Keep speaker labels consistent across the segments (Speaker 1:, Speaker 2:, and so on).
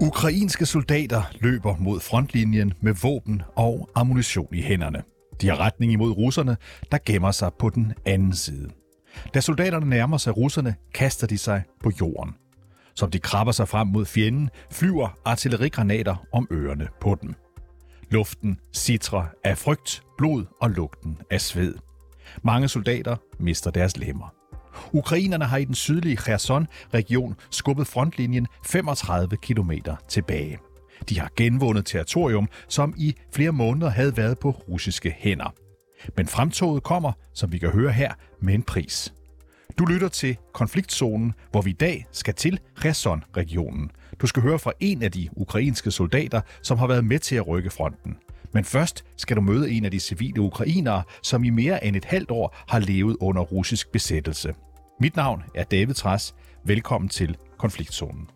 Speaker 1: Ukrainske soldater løber mod frontlinjen med våben og ammunition i hænderne. De har retning imod russerne, der gemmer sig på den anden side. Da soldaterne nærmer sig russerne, kaster de sig på jorden. Som de krabber sig frem mod fjenden, flyver artillerigranater om ørerne på dem. Luften sitrer af frygt, blod og lugten af sved. Mange soldater mister deres lemmer. Ukrainerne har i den sydlige Kherson-region skubbet frontlinjen 35 kilometer tilbage. De har genvundet territorium, som i flere måneder havde været på russiske hænder. Men fremtoget kommer, som vi kan høre her, med en pris. Du lytter til Konfliktzonen, hvor vi i dag skal til Kherson-regionen. Du skal høre fra en af de ukrainske soldater, som har været med til at rykke fronten. Men først skal du møde en af de civile ukrainere, som i mere end et halvt år har levet under russisk besættelse. Mit navn er David Trads. Velkommen til Konfliktzonen.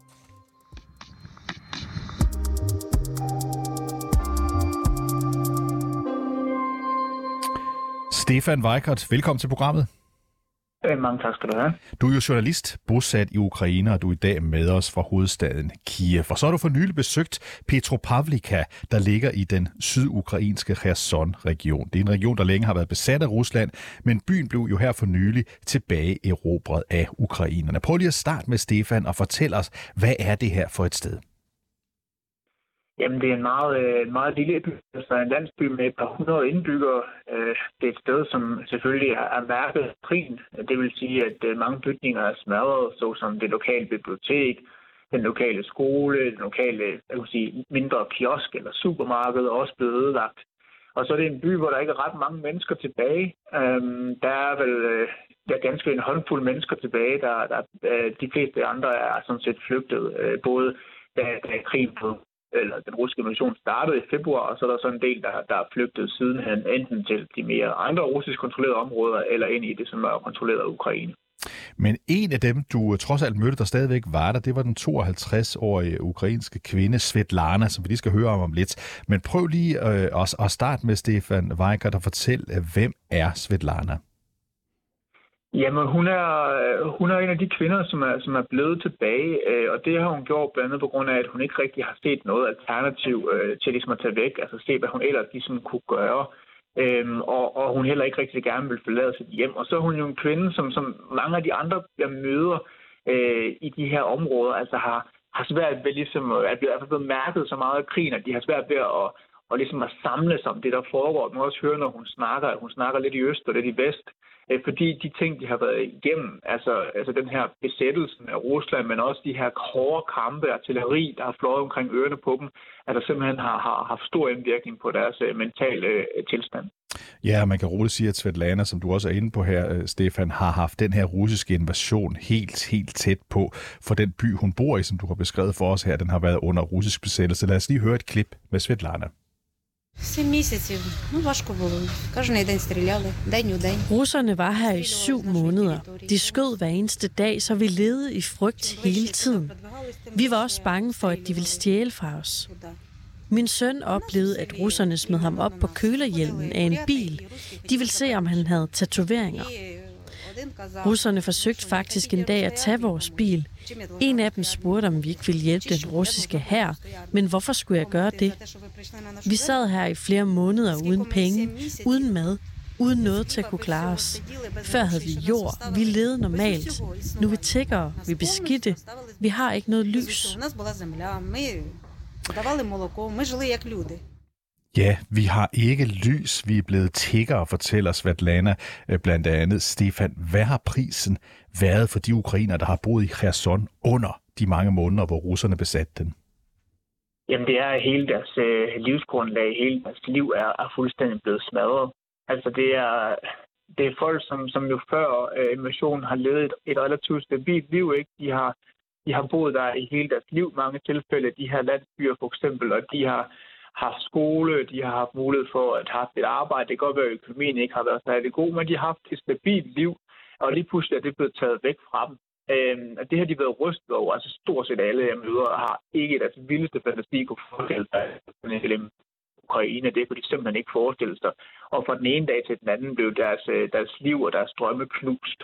Speaker 1: Stefan Weikert, velkommen til programmet.
Speaker 2: Mange tak skal du have.
Speaker 1: Du er jo journalist, bosat i Ukraine, og du er i dag med os fra hovedstaden Kiev. Og så har du for nylig besøgt Petropavlivka, der ligger i den sydukrainske Kherson-region. Det er en region, der længe har været besat af Rusland, men byen blev jo her for nylig tilbage erobret af ukrainerne. Prøv lige at starte med, Stefan, og fortæl os, hvad er det her for et sted?
Speaker 2: Jamen, det er en meget lille by, altså en landsby med et par hundrede indbyggere. Det er et sted, som selvfølgelig er mærket af krigen. Det vil sige, at mange bygninger er smadret, såsom det lokale bibliotek, den lokale skole, den lokale mindre kiosk eller supermarked er også blevet ødelagt. Og så er det en by, hvor der ikke er ret mange mennesker tilbage. Der er ganske en håndfuld mennesker tilbage. De fleste andre er sådan set flygtet, både da krigen på eller den russiske invasion startede i februar, og så er der så en del, der er flygtet sidenhen, enten til de mere andre russisk kontrollerede områder, eller ind i det, som er kontrolleret af Ukraine.
Speaker 1: Men en af dem, du trods alt mødte, der stadigvæk var der, det var den 52-årige ukrainske kvinde, Svetlana, som vi lige skal høre om lidt. Men prøv lige at starte med, Stefan Weikert, og fortæl, hvem er Svetlana?
Speaker 2: Jamen, hun er en af de kvinder, som er blevet tilbage, og det har hun gjort blandt andet på grund af, at hun ikke rigtig har set noget alternativ til ligesom at tage væk, altså se, hvad hun ellers ligesom kunne gøre, og hun heller ikke rigtig gerne vil forlade sit hjem. Og så er hun jo en kvinde, som mange af de andre, jeg møder i de her områder, altså har svært ved ligesom, at blive blevet mærket så meget af krigen, at de har svært ved at ligesom at samle sig om det, der foregår. Man må også høre, når hun snakker lidt i øst og lidt i vest, fordi de ting, de har været igennem, altså den her besættelsen af Rusland, men også de her hårde kampe, artilleri, der har fløjet omkring ørerne på dem, altså simpelthen har haft stor indvirkning på deres mentale tilstand.
Speaker 1: Ja, man kan roligt sige, at Svetlana, som du også er inde på her, Stefan, har haft den her russiske invasion helt tæt på. For den by, hun bor i, som du har beskrevet for os her, den har været under russisk besættelse. Lad os lige høre et klip med Svetlana.
Speaker 3: 7 місяців. Важко було. Кожен день стріляли, день у день.
Speaker 4: Russerne var her i 7 måneder. De skød hver eneste dag, så vi levede i frygt hele tiden. Vi var også bange for, at de ville stjæle fra os. Min søn oplevede, at russerne smed ham op på kølerhjelmen af en bil. De ville se, om han havde tatoveringer. Russerne forsøgte faktisk en dag at tage vores bil. En af dem spurgte, om vi ikke ville hjælpe den russiske hær, men hvorfor skulle jeg gøre det? Vi sad her i flere måneder uden penge, uden mad, uden noget til at kunne klare os. Før havde vi jord, vi levede normalt. Nu er vi tiggere, vi er beskidte, vi har ikke noget lys.
Speaker 1: Ja, vi har ikke lys, vi er blevet tiggere, fortæller Svetlana blandt andet. Stefan, hvad har prisen været for de ukrainere, der har boet i Kherson under de mange måneder, hvor russerne besatte den?
Speaker 2: Jamen, det er hele deres livsgrundlag, hele deres liv er fuldstændig blevet smadret. Altså, det er folk, som jo før invasionen har levet et relativt stabilt liv, ikke? De har boet der i hele deres liv, mange tilfælde, de her landsbyer for eksempel, og de har haft skole, de har haft mulighed for at have et arbejde. Det kan godt være, at økonomien ikke har været særlig god, men de har haft et stabilt liv, og lige pludselig er det blevet taget væk fra dem. Og det har de været rystet over. Altså stort set alle jeg møder har ikke deres vildeste fantasi kunne forestille sig Ukraine. Det kunne de simpelthen ikke forestille sig. Og fra den ene dag til den anden blev deres liv og deres drømme knust.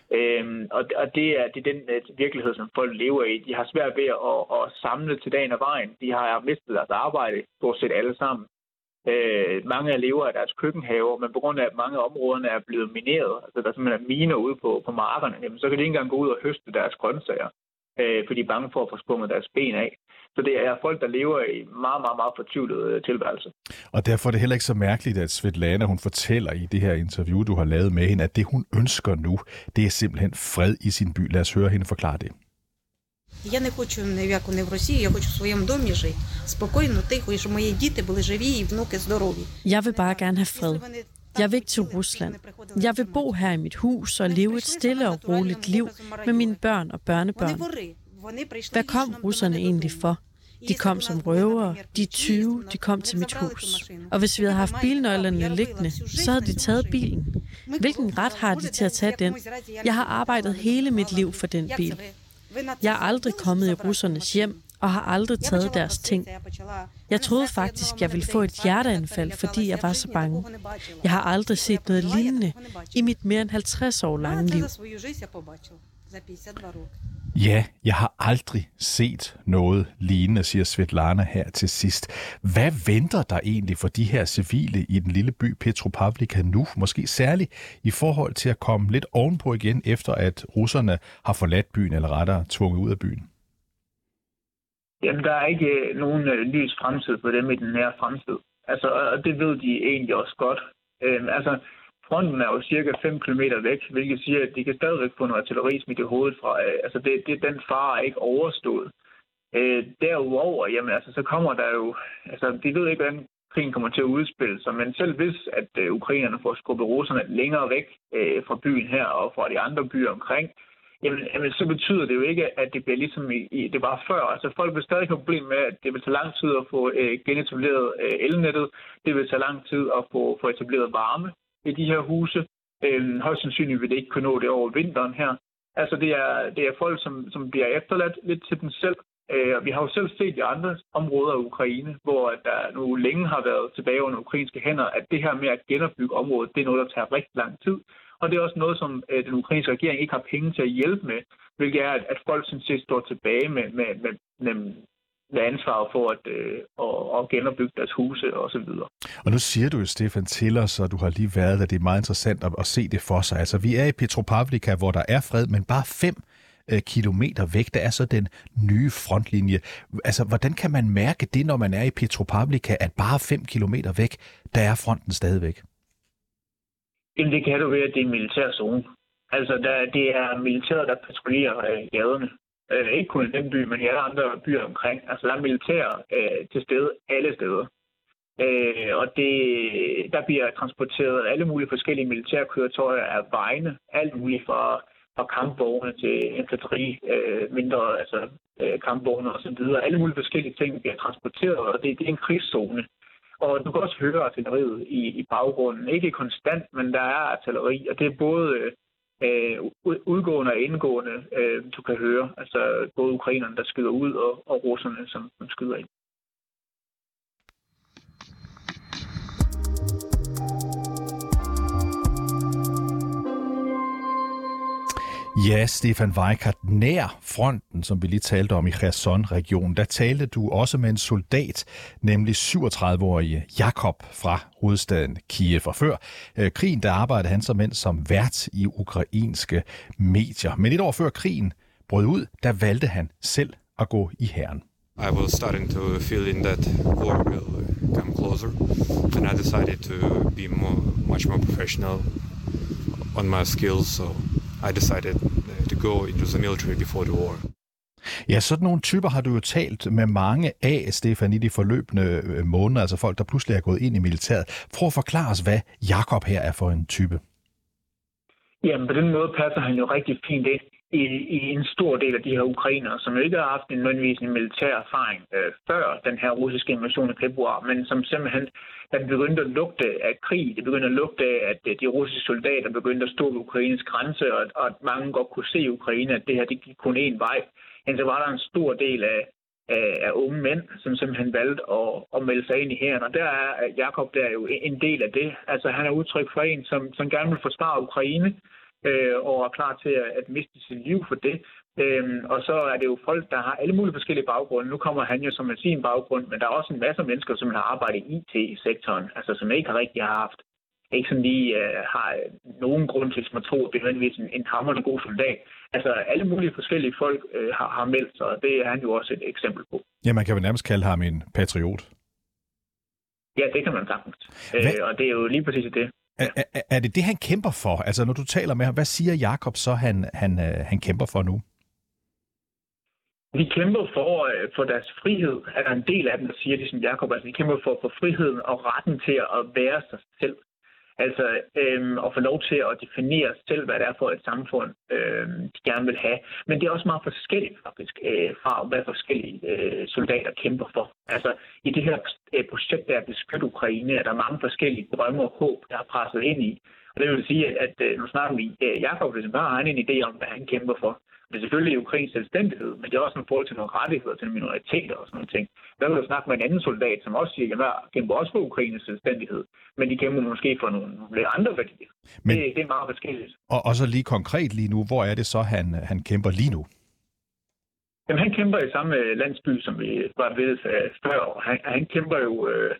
Speaker 2: Og det er den virkelighed, som folk lever i. De har svært ved at samle til dagen og vejen. De har mistet deres arbejde, stort set alle sammen. Mange lever af deres køkkenhaver, men på grund af, at mange af områderne er blevet mineret, altså der simpelthen er miner ude på markerne, jamen, så kan de ikke engang gå ud og høste deres grøntsager, fordi de er bange for at få sprunget deres ben af. Så det er folk, der lever i meget, meget, meget fortvivlet tilværelse.
Speaker 1: Og derfor er det heller ikke så mærkeligt, at Svetlana, hun fortæller i det her interview, du har lavet med hende, at det, hun ønsker nu, det er simpelthen fred i sin by. Lad os høre hende forklare det.
Speaker 3: Я не хочу ніяку не в Росії, я хочу в своєму домі жити, спокійно, тихо, і щоб мої діти були живі і внуки здорові.
Speaker 4: Jeg vil bare gerne have fred. Jeg vil ikke til Rusland. Jeg vil bo her i mit hus og leve et stille og roligt liv med mine børn og børnebørn. Hvad kom russerne egentlig for? De kom som røvere, de 20, de kom til mit hus. Og hvis vi havde haft bilnøglerne liggende, så havde de taget bilen. Hvilken ret har de til at tage den? Jeg har arbejdet hele mit liv for den bil. Jeg er aldrig kommet i russernes hjem og har aldrig taget deres ting. Jeg troede faktisk, jeg ville få et hjerteanfald, fordi jeg var så bange. Jeg har aldrig set noget lignende i mit mere end 50 år lange liv.
Speaker 1: Ja, jeg har aldrig set noget lignende, siger Svetlana her til sidst. Hvad venter der egentlig for de her civile i den lille by Petropavlika nu? Måske særligt i forhold til at komme lidt ovenpå igen, efter at russerne har forladt byen, eller rettere tvunget ud af byen.
Speaker 2: Jamen, der er ikke nogen lys fremtid for dem i den nære fremtid. Altså, og det ved de egentlig også godt. Fronten er jo cirka 5 kilometer væk, hvilket siger, at de kan stadigvæk få noget artilleri smidt i hovedet fra. Den fare er ikke overstået. Derudover, jamen, så kommer der jo... de ved ikke, hvordan krigen kommer til at udspille sig, men selv hvis, at ukrainerne får skubbet russerne længere væk fra byen her og fra de andre byer omkring, jamen, så betyder det jo ikke, at det bliver ligesom det var før. Altså, folk vil stadig have problem med, at det vil tage lang tid at få genetableret elnettet. Det vil tage lang tid at få etableret varme i de her huse. Højst sandsynligt vil det ikke kunne nå det over vinteren her. Altså, det er folk, som bliver efterladt lidt til dem selv. Vi har jo selv set i andre områder af Ukraine, hvor der nu længe har været tilbage under ukrainske hænder, at det her med at genopbygge området, det er noget, der tager rigtig lang tid. Og det er også noget, som den ukrainske regering ikke har penge til at hjælpe med, hvilket er, at folk sådan set står tilbage med ansvaret for at genopbygge deres huse og så videre.
Speaker 1: Og nu siger du jo, Stefan, til os, og du har lige været, at det er meget interessant at se det for sig. Altså, vi er i Petropavlika, hvor der er fred, men bare 5 kilometer væk, der er så den nye frontlinje. Altså, hvordan kan man mærke det, når man er i Petropavlika, at bare 5 kilometer væk, der er fronten stadigvæk?
Speaker 2: Jamen, det kan du ved, at det er en militær zone. Altså, det er militæret, der patruljerer gaderne. Ikke kun i den by, men i alle andre byer omkring. Altså, der er militær til stede alle steder. Og der bliver transporteret alle mulige forskellige militærkøretøjer af vejene. Alt muligt fra kampvogne til infanteri, mindre kampvogne og så videre. Alle mulige forskellige ting bliver transporteret, og det er en krigszone. Og du kan også høre artilleriet i baggrunden. Ikke konstant, men der er artilleri, og det er både udgående og indgående, du kan høre. Altså både ukrainerne, der skyder ud, og russerne, som skyder ind.
Speaker 1: Ja, Stefan Weikart, nær fronten, som vi lige talte om i Kherson-regionen, der talte du også med en soldat, nemlig 37-årige Jakob fra hovedstaden Kiev. Og før krigen, der arbejdede han som vært i ukrainske medier. Men et år før krigen brød ud, der valgte han selv at gå i hæren.
Speaker 5: I was starting to feel in that war will come closer, and I decided to be much more professional on my skills, so I decided to go into the military before the war.
Speaker 1: Ja, sådan nogle typer har du jo talt med mange af, Stefan, i de forløbende måneder, altså folk, der pludselig er gået ind i militæret. Prøv at forklare os, hvad Jakob her er for en type.
Speaker 2: Jamen, på den måde passer han jo rigtig fint ind i en stor del af de her ukrainere, som jo ikke har haft en nødvendigvis en militær erfaring før den her russiske invasion i februar, men som simpelthen, da det begyndte at lugte af krig, det begyndte at lugte af, at de russiske soldater begyndte at stå ved Ukraines grænse, og at mange godt kunne se i Ukraine, at det her det gik kun én vej. Men så var der en stor del af unge mænd, som simpelthen valgte at melde sig ind i hæren, og der er Jakob der jo en del af det. Altså han er udtryk for en, som gerne vil forsvare Ukraine, og er klar til at miste sit liv for det. Og så er det jo folk, der har alle mulige forskellige baggrunde. Nu kommer han jo som med sin baggrund, men der er også en masse mennesker, som har arbejdet i IT-sektoren, altså som ikke har rigtig haft, ikke sådan lige har nogen grund til at tro, at det er nødvendigvis en hamrende god soldat. Altså alle mulige forskellige folk har meldt sig, og det er han jo også et eksempel på.
Speaker 1: Ja, man kan vel nærmest kalde ham en patriot.
Speaker 2: Ja, det kan man sagtens. Og det er jo lige præcis det.
Speaker 1: Ja. Er det det, han kæmper for? Altså, når du taler med ham, hvad siger Jakob så, han kæmper for nu?
Speaker 2: Vi kæmper for deres frihed. Er der en del af dem, der siger det som Jakob? Altså, vi kæmper for friheden og retten til at være sig selv. Altså at få lov til at definere selv, hvad det er for et samfund, de gerne vil have. Men det er også meget forskelligt faktisk fra, hvad forskellige soldater kæmper for. Altså i det her projekt, der er beskyttet Ukraine, er der mange forskellige drømme og håb, der er presset ind i. Og det vil sige, at nu snakker vi, Jakob har en idé om, hvad han kæmper for. Det er selvfølgelig Ukrains selvstændighed, men det er også en forhold til nogle rettigheder til minoriteter og sådan noget ting. Der vil du snakke med en anden soldat, som også siger, at jeg kæmper også for Ukraines selvstændighed, men de kæmper måske for nogle andre værdier. Men, det er meget forskelligt.
Speaker 1: Og så lige konkret lige nu, hvor er det så, han kæmper lige nu?
Speaker 2: Jamen, han kæmper i samme landsby, som vi var ved før. Han kæmper jo...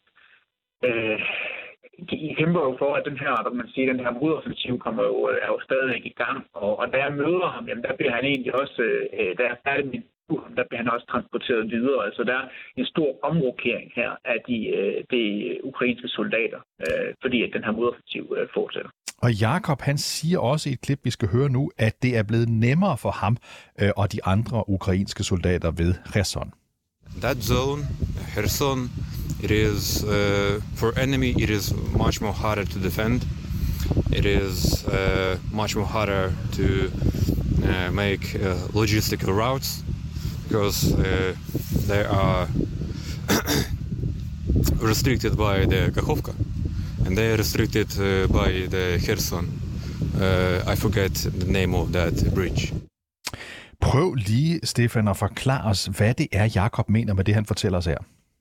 Speaker 2: De kæmper jo for, at den her modoffensiv er jo stadig i gang. Og da jeg møder ham, jamen, der bliver han egentlig også, da jeg er færdig med der bliver han også transporteret videre. Altså der er en stor omrokering her af de ukrainske soldater, fordi at den her modoffensiv fortsætter.
Speaker 1: Og Jakob, han siger også i et klip, vi skal høre nu, at det er blevet nemmere for ham og de andre ukrainske soldater ved Kherson.
Speaker 5: That zone, Kherson, it is for enemy. It is much more harder to defend. It is much more harder to make logistical routes because they are restricted by the Kakhovka, and they are restricted by the Kherson. I forget the name of that bridge.
Speaker 1: Prøv lige, Stefan, at forklare os, hvad det er, Jakob mener med det, han fortæller os her.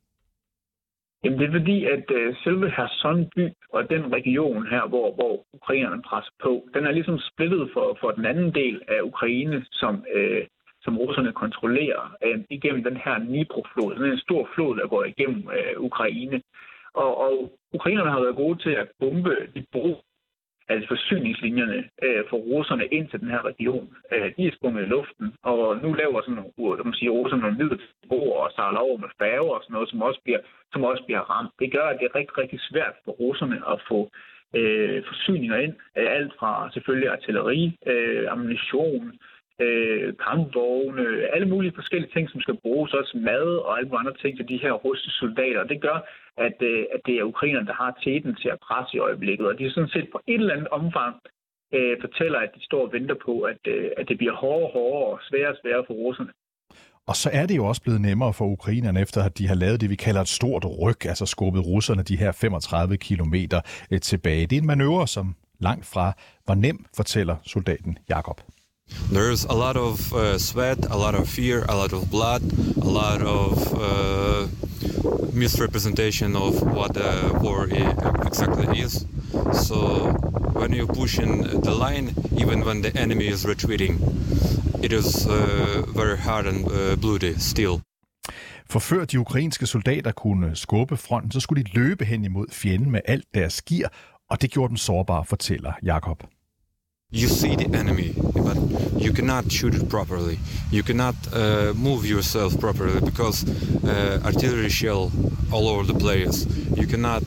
Speaker 2: Jamen, det er fordi, at selve Kherson by og den region her, hvor ukrainerne presser på, den er ligesom splittet for den anden del af Ukraine, som russerne kontrollerer igennem den her Dnipro-flod. Den er en stor flod, der går igennem Ukraine. Og ukrainerne har været gode til at bombe de bro, altså forsyningslinjerne for russerne ind til den her region. De er sprunget i luften, og nu laver sådan russerne nogle midlertidige broer og sejler over med færger og sådan noget, som også bliver ramt. Det gør, at det er rigtig, rigtig svært for russerne at få forsyninger ind. Alt fra selvfølgelig artilleri, ammunition, kampvogne, alle mulige forskellige ting, som skal bruges, også mad og alle andre ting til de her russiske soldater. Det gør, at det er ukrainerne, der har teten til at presse i øjeblikket, og de sådan set på et eller andet omfang fortæller, at de står og venter på, at det bliver hårdere og sværere for russerne.
Speaker 1: Og så er det jo også blevet nemmere for ukrainerne, efter at de har lavet det, vi kalder et stort ryg, altså skubbet russerne de her 35 kilometer tilbage. Det er en manøvre, som langt fra var nem, fortæller soldaten Jakob.
Speaker 5: There's a lot of sweat, a lot of fear, a lot of blood, a lot of misrepresentation of what the war exactly is. So when you push in the line, even when the enemy is retreating, it is very hard and bloody still.
Speaker 1: For før de ukrainske soldater kunne skubbe fronten, så skulle de løbe hen imod fjenden med alt deres gear, og det gjorde dem sårbare, fortæller Jakob.
Speaker 5: You see the enemy, but you cannot shoot it properly. You cannot move yourself properly because artillery shell all over the place. You cannot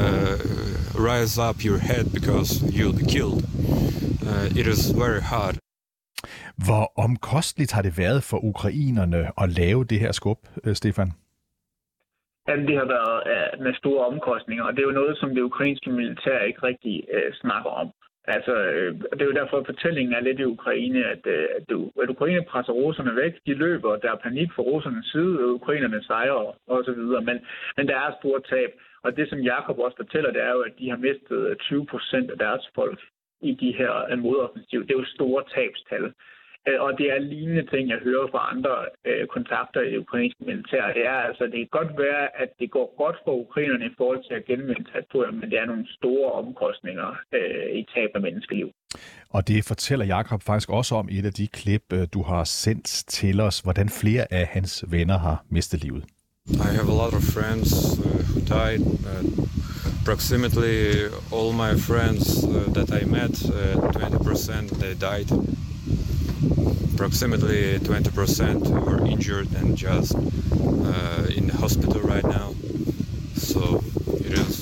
Speaker 5: rise up your head because you'll be killed. It is very hard.
Speaker 1: Hvor omkosteligt har det været for ukrainerne at lave det her skub, Stefan?
Speaker 2: Jamen, det har været med store omkostninger, og det er jo noget, som det ukrainske militær ikke rigtig snakker om. Altså, det er jo derfor, at fortællingen er lidt i Ukraine, at Ukraine presser russerne væk, de løber, der er panik fra russernes side, og ukrainerne sejrer og så videre, men der er store tab. Og det, som Jakob også fortæller, det er jo, at de har mistet 20% af deres folk i de her modoffensiv. Det er jo store tabstal. Og det er lignende ting, jeg hører fra andre kontakter i det ukrainske militær. Det er altså, det kan godt være, at det går godt for ukrainerne i forhold til at genvinde territorier, men det er nogle store omkostninger i tab af menneskeliv.
Speaker 1: Og det fortæller Jakob faktisk også om i et af de klip, du har sendt til os, hvordan flere af hans venner har mistet livet.
Speaker 5: I have a lot of friends who died. Approximately all my friends that I met, 20% they died. Approximately 20% were injured and just in the hospital right now. So it is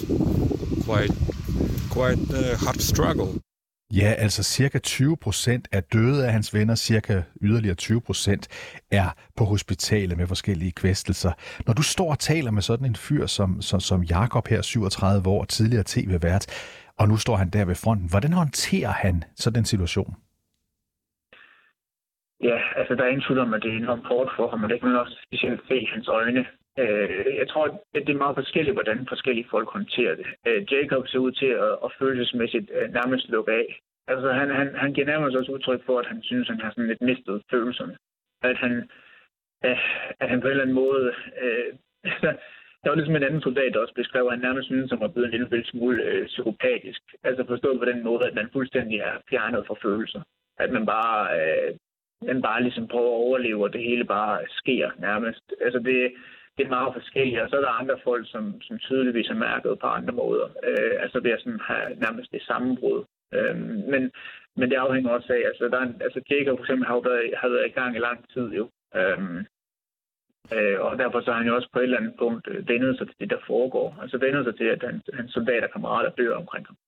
Speaker 5: quite a hard struggle.
Speaker 1: Ja, altså cirka 20% er døde af hans venner, cirka yderligere 20% er på hospitalet med forskellige kvæstelser. Når du står og taler med sådan en fyr som Jakob her, 37 år, tidligere tv-vært, og nu står han der ved fronten, hvordan håndterer han sådan en situation?
Speaker 2: Ja, altså der er ingen tvivl om, at det er enormt hårdt for ham, og det kan man også specielt se i hans øjne. Jeg tror, at det er meget forskelligt, hvordan forskellige folk håndterer det. Jacob ser ud til at følelsesmæssigt nærmest lukke af. Altså han giver nærmest også udtryk for, at han synes, at han har sådan lidt mistet følelserne. At han på en eller anden måde... Der var ligesom en anden soldat, der også beskrev, at han nærmest synes, som var blevet en lille smule psykopatisk. Altså forstået på den måde, at man fuldstændig er fjernet fra følelser. At man bare ligesom prøver at overleve, og det hele bare sker nærmest. Altså det er meget forskelligt, og så er der andre folk, som tydeligvis har mærket på andre måder. Altså ved at sådan have nærmest det sammenbrud. Men det afhænger også af, altså Jacob for eksempel har været i gang i lang tid jo. Og derfor så har han jo også på et eller andet punkt vendet sig til det, der foregår. Altså vendet sig til, at hans soldater og kammerater dør omkring ham.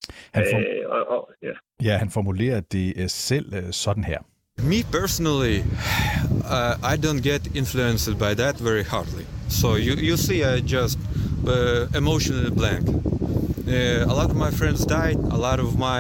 Speaker 1: Han formulerer det selv sådan her.
Speaker 5: Me personally, I don't get influenced by that very hardly. So you see, I just emotionally blank. A lot of my friends died. A lot of my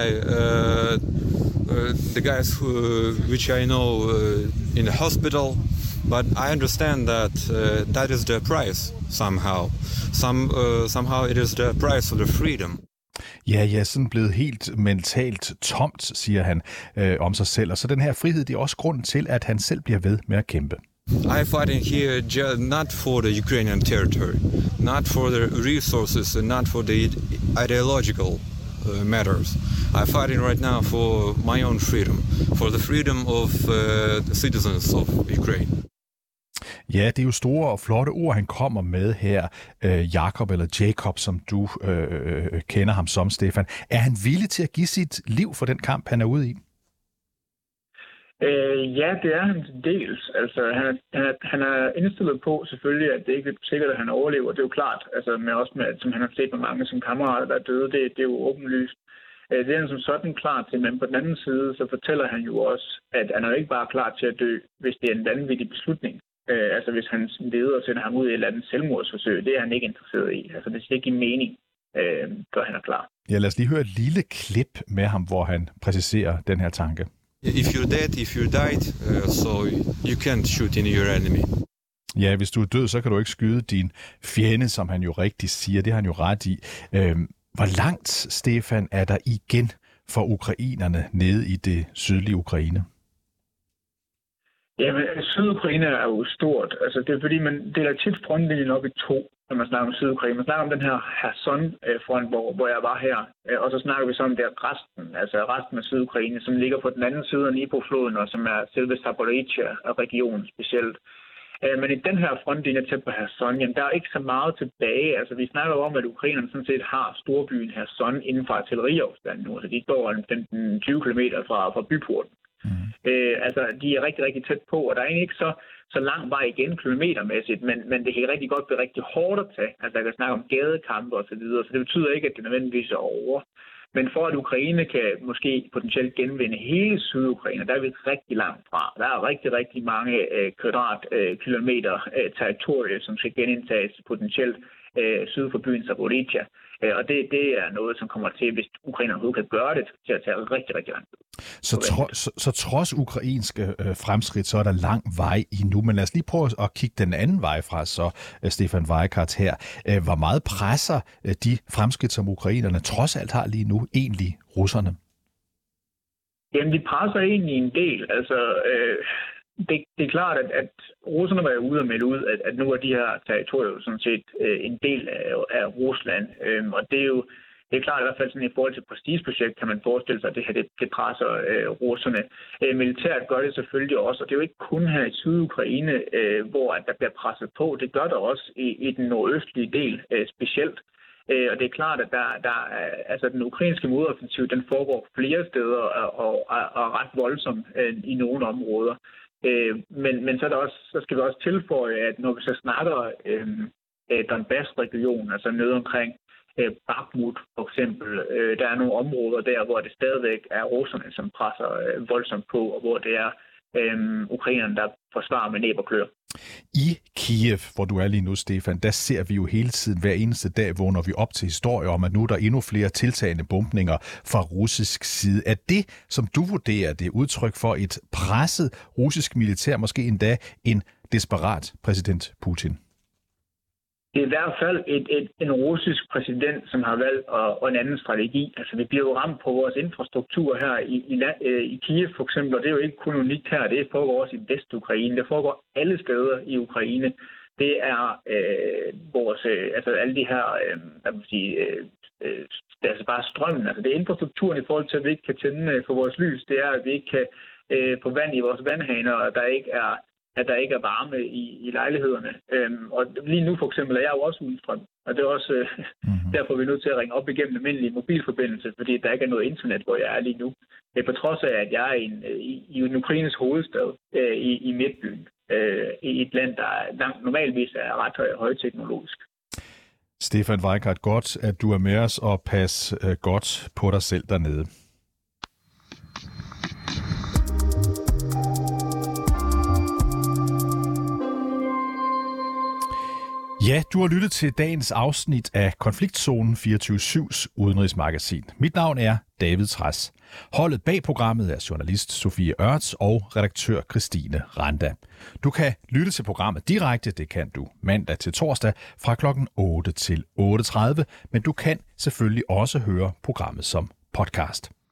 Speaker 5: the guys which I know in the hospital. But I understand that that is the price somehow. Somehow it is the price of the freedom.
Speaker 1: Ja, sådan blevet helt mentalt tomt, siger han om sig selv. Og så den her frihed, det er også grunden til, at han selv bliver ved med at kæmpe.
Speaker 5: I'm fighting here not for the Ukrainian territory, not for the resources, and not for the ideological matters. I'm fighting right now for my own freedom, for the freedom of the citizens of Ukraine.
Speaker 1: Ja, det er jo store og flotte ord, han kommer med her, Jakob eller Jacob, som du kender ham som, Stefan. Er han villig til at give sit liv for den kamp, han er ude i?
Speaker 2: Ja, det er han dels. Altså, han er indstillet på selvfølgelig, at det ikke er sikkert, at han overlever. Det er jo klart, altså, som han har set med mange som kammerater, der er døde, det er jo åbenlyst. Det er han som sådan klar til, men på den anden side, så fortæller han jo også, at han er jo ikke bare klar til at dø, hvis det er en vanvittig beslutning. Altså hvis hans leder sender ham ud i et eller andet selvmordsforsøg, det er han ikke interesseret i. Altså det skal ikke give mening, før han er klar.
Speaker 1: Ja, lad os lige høre et lille klip med ham, hvor han præciserer den her tanke.
Speaker 5: If you're dead, if you died, so you can't shoot in your enemy.
Speaker 1: Ja, hvis du er død, så kan du ikke skyde din fjende, som han jo rigtig siger. Det har han jo ret i. Hvor langt, Stefan, er der igen for ukrainerne nede i det sydlige Ukraine?
Speaker 2: Jamen, Sydukraine er jo stort. Altså, det er fordi, man deler tit frontlinjen op i to, når man snakker om Sydukraine. Man snakker om den her Kherson-front, hvor jeg var her. Og så snakker vi så om resten af Sydukraine, som ligger på den anden side af Dnipro-floden, og som er selve Zaporizhzhia-regionen specielt. Men i den her frontlinje tæt på Kherson, jamen, der er ikke så meget tilbage. Altså, vi snakker om, at ukrainerne sådan set har storbyen Kherson inden for artilleriafstand nu. Altså, de står 15-20 km fra byporten. Altså, de er rigtig, rigtig tæt på, og der er egentlig ikke så lang vej igen kilometermæssigt, men det kan rigtig godt blive rigtig hårdt at tage. Altså, der kan snakke om gadekampe og så videre, så det betyder ikke, at det nødvendigvis er over. Men for at Ukraine kan måske potentielt genvinde hele Sydukraine, der er vi rigtig langt fra. Der er rigtig, rigtig mange kvadratkilometer territorie, som skal genindtages potentielt syd for byen Zaporizhzhia. Og det er noget, som kommer til, hvis Ukraine overhovedet kan gøre det, til at tage rigtig, rigtig lang tid.
Speaker 1: Så trods ukrainske fremskridt, så er der lang vej endnu. Men lad os lige prøve at kigge den anden vej fra, så Stefan Weikart her. Hvor meget presser de fremskridt, som ukrainerne trods alt har lige nu, egentlig russerne?
Speaker 2: Jamen, de presser egentlig en del. Altså, det er klart, at russerne var ude og melde ud, at nu er de her territorier sådan set en del af Rusland. Og det er det er klart i hvert fald sådan i forhold til prestigeprojekt, kan man forestille sig, at det her det presser russerne. Militæret gør det selvfølgelig også, og det er jo ikke kun her i Sydukraine, hvor der bliver presset på. Det gør der også i den nordøstlige del specielt. Og det er klart, at altså den ukrainske modoffensiv, den foregår flere steder og er ret voldsom i nogle områder. Men så skal vi også tilføje, at når vi så snakker Donbass-regionen, altså nede omkring Bakhmut for eksempel, der er nogle områder der, hvor det stadigvæk er russerne, som presser voldsomt på, og hvor det er ukrainerne, der forsvarer med næb og klør.
Speaker 1: I Kiev, hvor du er lige nu, Stefan, der ser vi jo hele tiden, hver eneste dag vågner vi op til historier om, at nu er der endnu flere tiltagende bombninger fra russisk side. Er det, som du vurderer, det er udtryk for et presset russisk militær, måske endda en desperat præsident Putin?
Speaker 2: Det er i hvert fald en russisk præsident, som har valgt en anden strategi. Altså, vi bliver jo ramt på vores infrastruktur her i Kiev for eksempel, og det er jo ikke kun unikt her. Det foregår også i Vestukraine. Det foregår alle steder i Ukraine. Det er altså alle de her, det er altså bare strømmen. Altså, det er infrastrukturen i forhold til, at vi ikke kan tænde for vores lys. Det er, at vi ikke kan få vand i vores vandhaner, og at der ikke er varme i lejlighederne. Og lige nu for eksempel er jeg jo også uden strøm. Og det er også derfor, vi er nødt til at ringe op igennem almindelig mobilforbindelse, fordi der ikke er noget internet, hvor jeg er lige nu. På trods af, at jeg er i Ukraines hovedstad i midtbyen, i et land, der normalvis er ret højteknologisk.
Speaker 1: Stefan Weikart, godt, at du er med os, og pas godt på dig selv dernede. Ja, du har lyttet til dagens afsnit af Konfliktzonen 24/7's udenrigsmagasin. Mit navn er David Træs. Holdet bag programmet er journalist Sofie Ørts og redaktør Christine Randa. Du kan lytte til programmet direkte, det kan du mandag til torsdag fra kl. 8 til 8:30, men du kan selvfølgelig også høre programmet som podcast.